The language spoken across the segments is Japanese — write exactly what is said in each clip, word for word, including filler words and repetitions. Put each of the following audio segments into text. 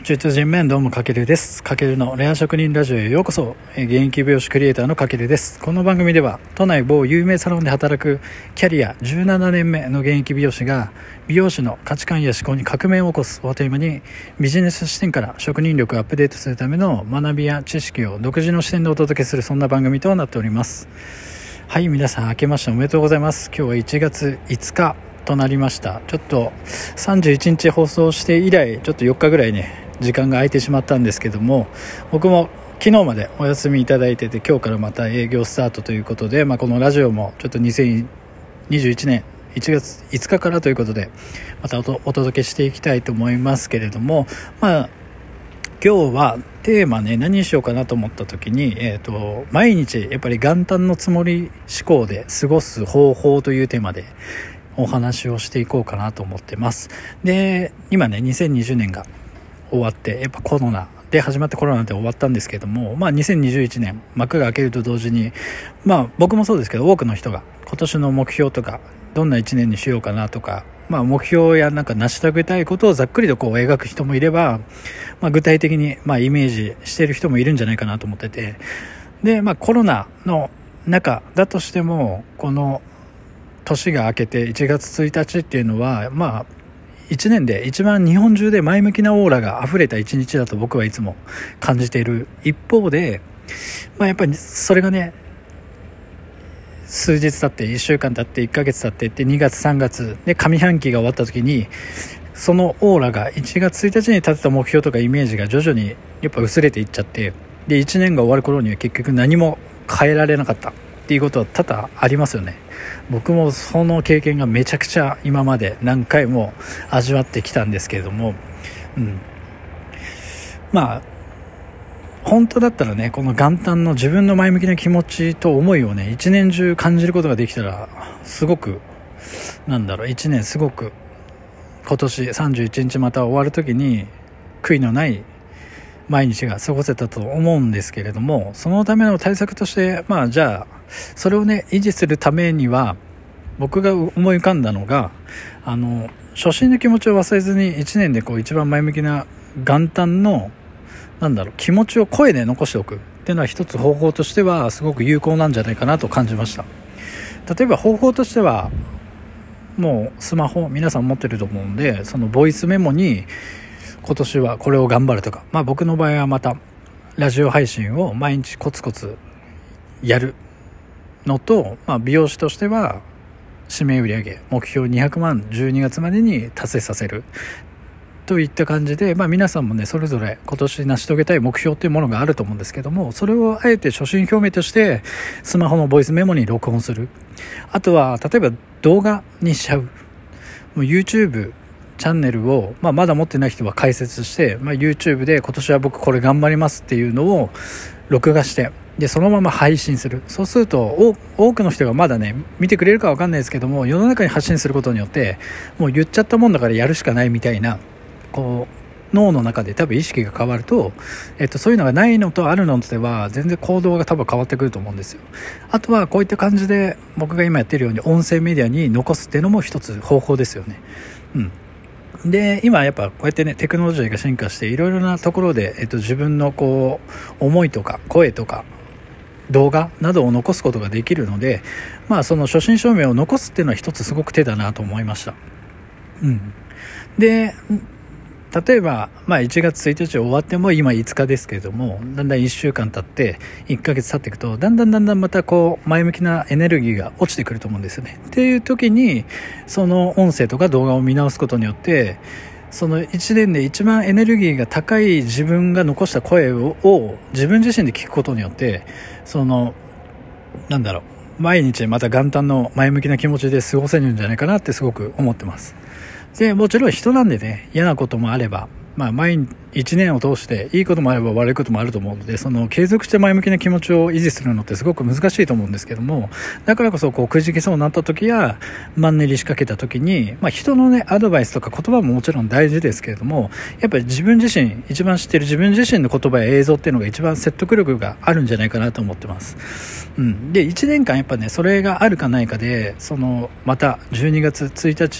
中通人面どうもかけるです。かけるのレア職人ラジオへようこそ。現役美容師クリエイターのかけるです。この番組では都内某有名サロンで働くキャリアじゅうななねんめの現役美容師が美容師の価値観や思考に革命を起こすをテーマにビジネス視点から職人力をアップデートするための学びや知識を独自の視点でお届けする、そんな番組となっております。はい、皆さん明けましておめでとうございます。今日はいちがついつかとなりました。ちょっとさんじゅういちにち放送して以来ちょっとよっかぐらいね時間が空いてしまったんですけども、僕も昨日までお休みいただいてて、今日からまた営業スタートということで、まあ、このラジオもちょっとにせんにじゅういちねんいちがついつかからということでまた お, お届けしていきたいと思いますけれども、まあ今日はテーマね、何にしようかなと思った時に、えーと、毎日やっぱり元旦のつもり思考で過ごす方法というテーマでお話をしていこうかなと思ってます。で、今ねにせんにじゅうねんが終わって、やっぱコロナで始まってコロナで終わったんですけども、まあにせんにじゅういちねん幕が開けると同時に、まあ僕もそうですけど多くの人が今年の目標とかどんないちねんにしようかなとか、まあ目標やなんか成し遂げたいことをざっくりとこう描く人もいれば、まあ具体的にまあイメージしている人もいるんじゃないかなと思ってて、でまあコロナの中だとしてもこの年が明けていちがつついたちっていうのは、まあいちねんで一番日本中で前向きなオーラが溢れた一日だと僕はいつも感じている一方で、まあ、やっぱりそれがね数日経っていっしゅうかん経っていっかげつ経ってってにがつさんがつで上半期が終わった時に、そのオーラがいちがつついたちに立てた目標とかイメージが徐々にやっぱ薄れていっちゃって、でいちねんが終わる頃には結局何も変えられなかったっていうことは多々ありますよね。僕もその経験がめちゃくちゃ今まで何回も味わってきたんですけれども、うん、まあ本当だったらね、この元旦の自分の前向きな気持ちと思いをね一年中感じることができたら、すごくなんだろう一年すごく今年さんじゅういちにちまた終わる時に悔いのない毎日が過ごせたと思うんですけれども、そのための対策として、まあじゃあそれをね維持するためには、僕が思い浮かんだのが、あの初心の気持ちを忘れずにいちねんでこう一番前向きな元旦のなんだろう気持ちを声で残しておくっていうのは一つ方法としてはすごく有効なんじゃないかなと感じました。例えば方法としては、もうスマホ皆さん持ってると思うんで、そのボイスメモに今年はこれを頑張るとか、まあ僕の場合はまたラジオ配信を毎日コツコツやるのと、まあ美容師としては指名売上目標にひゃくまんじゅうにがつまでに達成させるといった感じで、まあ皆さんもねそれぞれ今年成し遂げたい目標というものがあると思うんですけども、それをあえて初心表明としてスマホのボイスメモに録音する。あとは例えば動画にしちゃう。もう YouTubeチャンネルを、まあ、まだ持ってない人は開設して、まあ、YouTube で今年は僕これ頑張りますっていうのを録画して、でそのまま配信する。そうすると多くの人がまだね見てくれるか分かんないですけども、世の中に発信することによってもう言っちゃったもんだからやるしかないみたいな、こう脳の中で多分意識が変わると、えっと、そういうのがないのとあるのでは全然行動が多分変わってくると思うんですよ。あとはこういった感じで僕が今やってるように音声メディアに残すっていうのも一つ方法ですよね。うんで今やっぱこうやってねテクノロジーが進化していろいろなところで、えっと、自分のこう思いとか声とか動画などを残すことができるので、まあその初心証明を残すっていうのは一つすごく手だなと思いました。うんで例えば、まあ、いちがつついたち終わっても今いつかですけれども、だんだんいっしゅうかん経っていっかげつ経っていくと、だんだんだんだんまたこう前向きなエネルギーが落ちてくると思うんですよね。っていう時にその音声とか動画を見直すことによって、そのいちねんで一番エネルギーが高い自分が残した声を、を自分自身で聞くことによって、そのなんだろう毎日また元旦の前向きな気持ちで過ごせるんじゃないかなってすごく思ってます。でもちろん人なんでね、嫌なこともあれば、まあ毎日一年を通していいこともあれば悪いこともあると思うので、その継続して前向きな気持ちを維持するのってすごく難しいと思うんですけども、だからこそこうくじけそうになった時やマンネリしかけた時に、まあ人のねアドバイスとか言葉ももちろん大事ですけれども、やっぱり自分自身一番知ってる自分自身の言葉や映像っていうのが一番説得力があるんじゃないかなと思ってます。うん、でいちねんかんやっぱねそれがあるかないかで、そのまたじゅうにがつついたち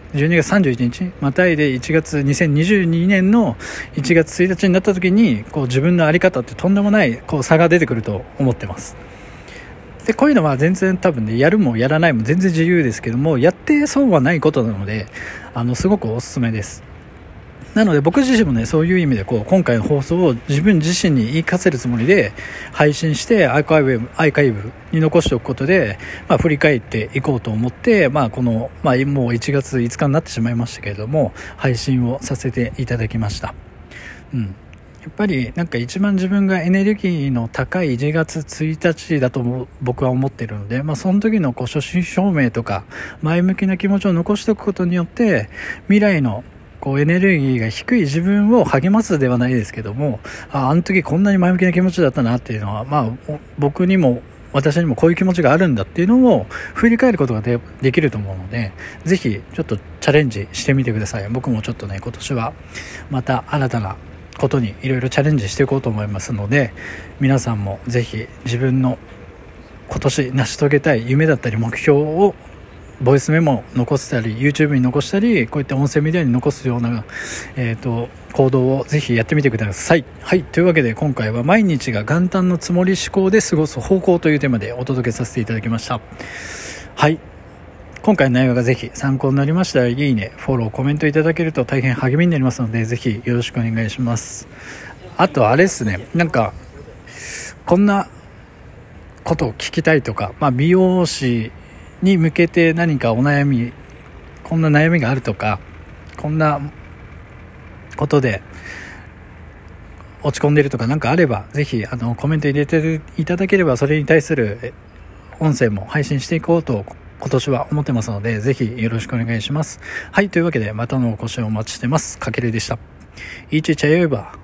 じゅうにがつさんじゅういちにちまたいでいちがつにせんにじゅうにねんのいちがつついたちになった時にこう自分の在り方ってとんでもないこう差が出てくると思ってます。でこういうのは全然多分ね、やるもやらないも全然自由ですけども、やって損はないことなので、あのすごくおすすめです。なので僕自身もね、そういう意味でこう今回の放送を自分自身に言い聞かせるつもりで配信してアーカイブ、アーカイブに残しておくことで、まあ、振り返っていこうと思って、まあ、この、まあ、もういちがついつかになってしまいましたけれども、配信をさせていただきました。うん。やっぱりなんか一番自分がエネルギーの高いいちがつついたちだと僕は思っているので、まあその時のこう初心表明とか前向きな気持ちを残しておくことによって未来のこうエネルギーが低い自分を励ますではないですけども、あ、あの時こんなに前向きな気持ちだったなっていうのは、まあ僕にも私にもこういう気持ちがあるんだっていうのを振り返ることが で, できると思うので、ぜひちょっとチャレンジしてみてください。僕もちょっとね、今年はまた新たなことにいろいろチャレンジしていこうと思いますので、皆さんもぜひ自分の今年成し遂げたい夢だったり目標をボイスメモ残したり YouTube に残したり、こういった音声メディアに残すような、えーと、行動をぜひやってみてください。はい、というわけで今回は毎日が元旦のつもり思考で過ごす方向というテーマでお届けさせていただきました。はい、今回の内容がぜひ参考になりましたら、いいね、フォロー、コメントいただけると大変励みになりますので、ぜひよろしくお願いします。あとあれですね、なんかこんなことを聞きたいとか、まあ、美容師に向けて何かお悩み、こんな悩みがあるとか、こんなことで落ち込んでるとかなんかあれば、ぜひあのコメント入れていただければ、それに対する音声も配信していこうと今年は思ってますので、ぜひよろしくお願いします。はい、というわけでまたのお越しをお待ちしてます。かけるでした。いちちゃよいば。